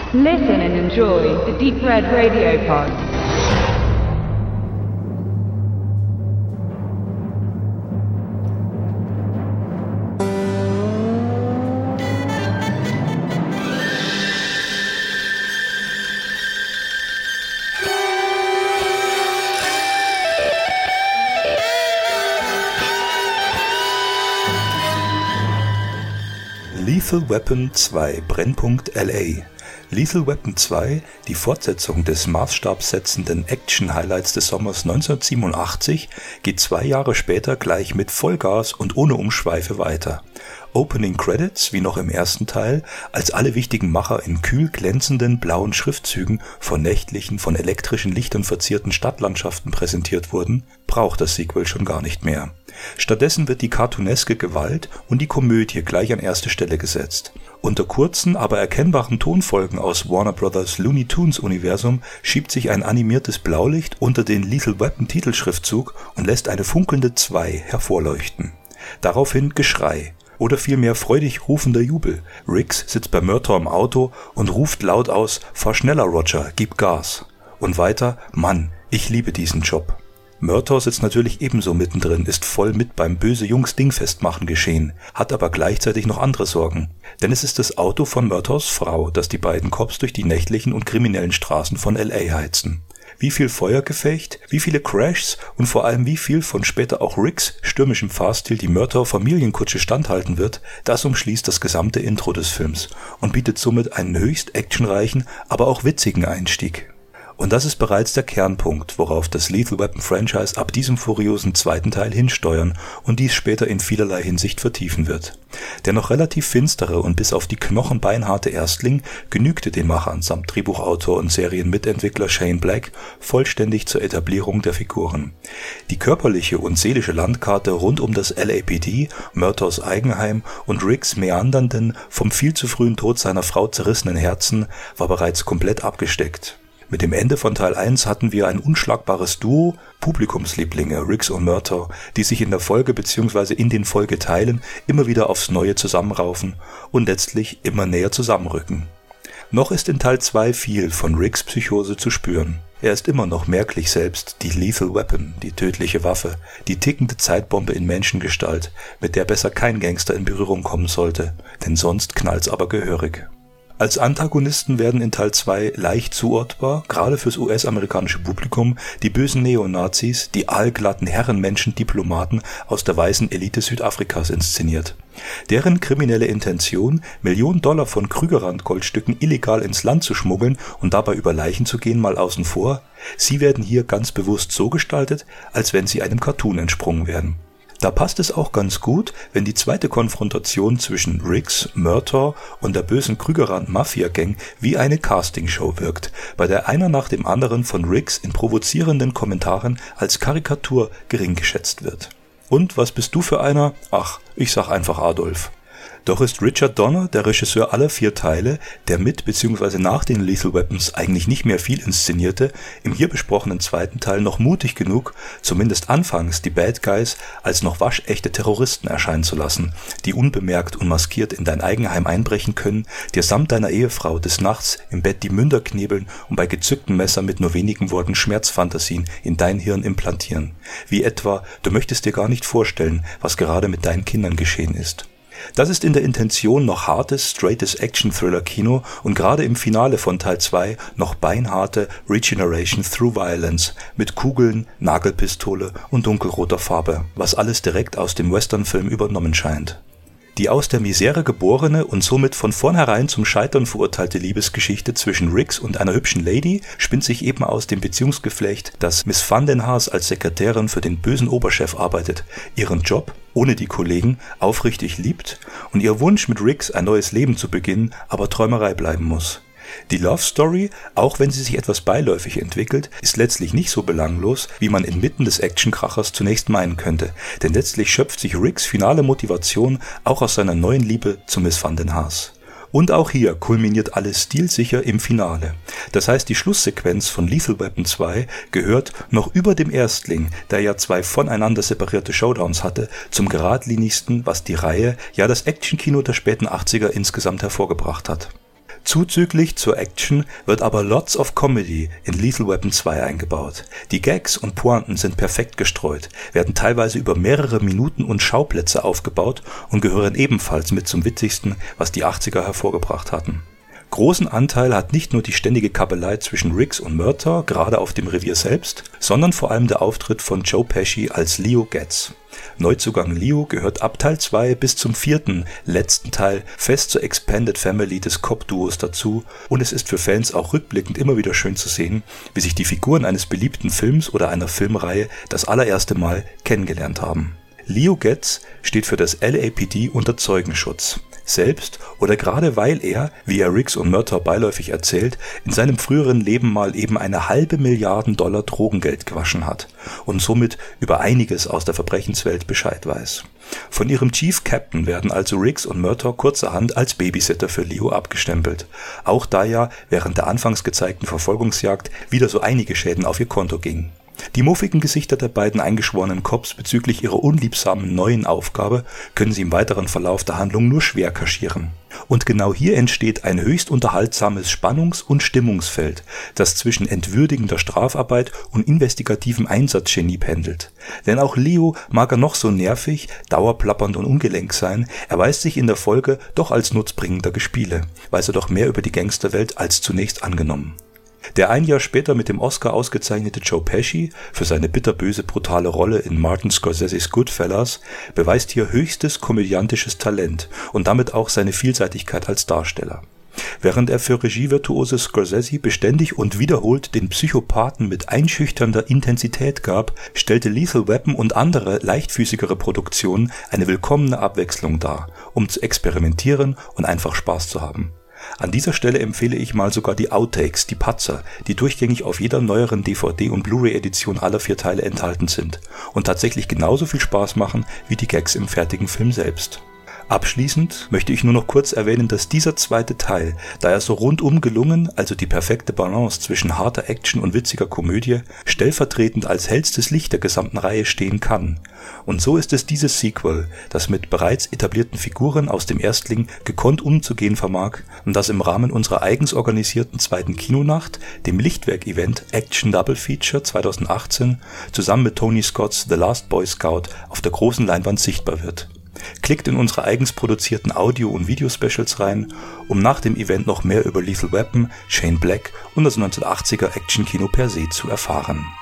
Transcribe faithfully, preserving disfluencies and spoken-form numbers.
Listen and enjoy the Deep Red Radio Pod. Lethal Weapon zwei Brennpunkt L A. Lethal Weapon zwei, die Fortsetzung des maßstabssetzenden Action-Highlights des Sommers neunzehnhundertsiebenundachtzig, geht zwei Jahre später gleich mit Vollgas und ohne Umschweife weiter. Opening Credits, wie noch im ersten Teil, als alle wichtigen Macher in kühl glänzenden blauen Schriftzügen von nächtlichen, von elektrischen Lichtern verzierten Stadtlandschaften präsentiert wurden, braucht das Sequel schon gar nicht mehr. Stattdessen wird die cartooneske Gewalt und die Komödie gleich an erste Stelle gesetzt. Unter kurzen, aber erkennbaren Tonfolgen aus Warner Brothers Looney Tunes Universum schiebt sich ein animiertes Blaulicht unter den Lethal Weapon Titelschriftzug und lässt eine funkelnde zwei hervorleuchten. Daraufhin Geschrei. Oder vielmehr freudig rufender Jubel. Riggs sitzt bei Murtaugh im Auto und ruft laut aus: "Fahr schneller, Roger, gib Gas." Und weiter: "Mann, ich liebe diesen Job." Murtaugh sitzt natürlich ebenso mittendrin, ist voll mit beim böse Jungs Dingfestmachen geschehen, hat aber gleichzeitig noch andere Sorgen. Denn es ist das Auto von Murtaughs Frau, das die beiden Cops durch die nächtlichen und kriminellen Straßen von L A heizen. Wie viel Feuergefecht, wie viele Crashs und vor allem wie viel von später auch Riggs stürmischem Fahrstil die Murtaugh-Familienkutsche standhalten wird, das umschließt das gesamte Intro des Films und bietet somit einen höchst actionreichen, aber auch witzigen Einstieg. Und das ist bereits der Kernpunkt, worauf das Lethal Weapon Franchise ab diesem furiosen zweiten Teil hinsteuern und dies später in vielerlei Hinsicht vertiefen wird. Der noch relativ finstere und bis auf die Knochen beinharte Erstling genügte den Machern samt Drehbuchautor und Serienmitentwickler Shane Black vollständig zur Etablierung der Figuren. Die körperliche und seelische Landkarte rund um das L A P D, Murtaughs Eigenheim und Riggs meandernden, vom viel zu frühen Tod seiner Frau zerrissenen Herzen war bereits komplett abgesteckt. Mit dem Ende von Teil eins hatten wir ein unschlagbares Duo, Publikumslieblinge Riggs und Murtaugh, die sich in der Folge bzw. in den Folgeteilen immer wieder aufs Neue zusammenraufen und letztlich immer näher zusammenrücken. Noch ist in Teil zwei viel von Riggs Psychose zu spüren. Er ist immer noch merklich selbst die Lethal Weapon, die tödliche Waffe, die tickende Zeitbombe in Menschengestalt, mit der besser kein Gangster in Berührung kommen sollte, denn sonst knallt's aber gehörig. Als Antagonisten werden in Teil zwei leicht zuortbar, gerade fürs U S-amerikanische Publikum, die bösen Neonazis, die aalglatten Herrenmenschen-Diplomaten aus der weißen Elite Südafrikas inszeniert. Deren kriminelle Intention, Millionen Dollar von Krügerrand-Goldstücken illegal ins Land zu schmuggeln und dabei über Leichen zu gehen, mal außen vor, sie werden hier ganz bewusst so gestaltet, als wenn sie einem Cartoon entsprungen wären. Da passt es auch ganz gut, wenn die zweite Konfrontation zwischen Riggs, Murtaugh und der bösen Krügerrand-Mafia-Gang wie eine Castingshow wirkt, bei der einer nach dem anderen von Riggs in provozierenden Kommentaren als Karikatur gering geschätzt wird. Und was bist du für einer? Ach, ich sag einfach Adolf. Doch ist Richard Donner, der Regisseur aller vier Teile, der mit bzw. nach den Lethal Weapons eigentlich nicht mehr viel inszenierte, im hier besprochenen zweiten Teil noch mutig genug, zumindest anfangs die Bad Guys als noch waschechte Terroristen erscheinen zu lassen, die unbemerkt und maskiert in dein Eigenheim einbrechen können, dir samt deiner Ehefrau des Nachts im Bett die Münder knebeln und bei gezücktem Messer mit nur wenigen Worten Schmerzfantasien in dein Hirn implantieren. Wie etwa, du möchtest dir gar nicht vorstellen, was gerade mit deinen Kindern geschehen ist. Das ist in der Intention noch hartes, straightes Action-Thriller-Kino und gerade im Finale von Teil zwei noch beinharte Regeneration through Violence mit Kugeln, Nagelpistole und dunkelroter Farbe, was alles direkt aus dem Western-Film übernommen scheint. Die aus der Misere geborene und somit von vornherein zum Scheitern verurteilte Liebesgeschichte zwischen Riggs und einer hübschen Lady spinnt sich eben aus dem Beziehungsgeflecht, dass Miss Van den Haas als Sekretärin für den bösen Oberchef arbeitet, ihren Job, ohne die Kollegen, aufrichtig liebt und ihr Wunsch mit Riggs ein neues Leben zu beginnen, aber Träumerei bleiben muss. Die Love Story, auch wenn sie sich etwas beiläufig entwickelt, ist letztlich nicht so belanglos, wie man inmitten des Actionkrachers zunächst meinen könnte, denn letztlich schöpft sich Riggs finale Motivation auch aus seiner neuen Liebe zu Miss Van den Haas. Und auch hier kulminiert alles stilsicher im Finale. Das heißt, die Schlusssequenz von Lethal Weapon zwei gehört, noch über dem Erstling, der ja zwei voneinander separierte Showdowns hatte, zum geradlinigsten, was die Reihe, ja das Actionkino der späten achtziger insgesamt hervorgebracht hat. Zuzüglich zur Action wird aber lots of Comedy in Lethal Weapon zwei eingebaut. Die Gags und Pointen sind perfekt gestreut, werden teilweise über mehrere Minuten und Schauplätze aufgebaut und gehören ebenfalls mit zum Witzigsten, was die achtziger hervorgebracht hatten. Großen Anteil hat nicht nur die ständige Kabelei zwischen Riggs und Murtaugh, gerade auf dem Revier selbst, sondern vor allem der Auftritt von Joe Pesci als Leo Getz. Neuzugang Leo gehört ab Teil zwei bis zum vierten, letzten Teil fest zur Expanded Family des Cop-Duos dazu und es ist für Fans auch rückblickend immer wieder schön zu sehen, wie sich die Figuren eines beliebten Films oder einer Filmreihe das allererste Mal kennengelernt haben. Leo Getz steht für das L A P D unter Zeugenschutz. Selbst oder gerade weil er, wie er Riggs und Murtaugh beiläufig erzählt, in seinem früheren Leben mal eben eine halbe Milliarden Dollar Drogengeld gewaschen hat und somit über einiges aus der Verbrechenswelt Bescheid weiß. Von ihrem Chief Captain werden also Riggs und Murtaugh kurzerhand als Babysitter für Leo abgestempelt, auch da ja während der anfangs gezeigten Verfolgungsjagd wieder so einige Schäden auf ihr Konto gingen. Die muffigen Gesichter der beiden eingeschworenen Cops bezüglich ihrer unliebsamen neuen Aufgabe können sie im weiteren Verlauf der Handlung nur schwer kaschieren. Und genau hier entsteht ein höchst unterhaltsames Spannungs- und Stimmungsfeld, das zwischen entwürdigender Strafarbeit und investigativem Einsatzgenie pendelt. Denn auch Leo mag er noch so nervig, dauerplappernd und ungelenk sein, erweist sich in der Folge doch als nutzbringender Gespiele, weiß er doch mehr über die Gangsterwelt als zunächst angenommen. Der ein Jahr später mit dem Oscar ausgezeichnete Joe Pesci für seine bitterböse brutale Rolle in Martin Scorseses Goodfellas beweist hier höchstes komödiantisches Talent und damit auch seine Vielseitigkeit als Darsteller. Während er für Regievirtuose Scorsese beständig und wiederholt den Psychopathen mit einschüchternder Intensität gab, stellte Lethal Weapon und andere leichtfüßigere Produktionen eine willkommene Abwechslung dar, um zu experimentieren und einfach Spaß zu haben. An dieser Stelle empfehle ich mal sogar die Outtakes, die Patzer, die durchgängig auf jeder neueren D V D- und Blu-ray-Edition aller vier Teile enthalten sind und tatsächlich genauso viel Spaß machen wie die Gags im fertigen Film selbst. Abschließend möchte ich nur noch kurz erwähnen, dass dieser zweite Teil, da er so rundum gelungen, also die perfekte Balance zwischen harter Action und witziger Komödie, stellvertretend als hellstes Licht der gesamten Reihe stehen kann. Und so ist es dieses Sequel, das mit bereits etablierten Figuren aus dem Erstling gekonnt umzugehen vermag und das im Rahmen unserer eigens organisierten zweiten Kinonacht, dem Lichtwerk-Event Action Double Feature zweitausendachtzehn, zusammen mit Tony Scotts The Last Boy Scout auf der großen Leinwand sichtbar wird. Klickt in unsere eigens produzierten Audio- und Videospecials rein, um nach dem Event noch mehr über Lethal Weapon, Shane Black und das neunzehnhundertachtziger Actionkino per se zu erfahren.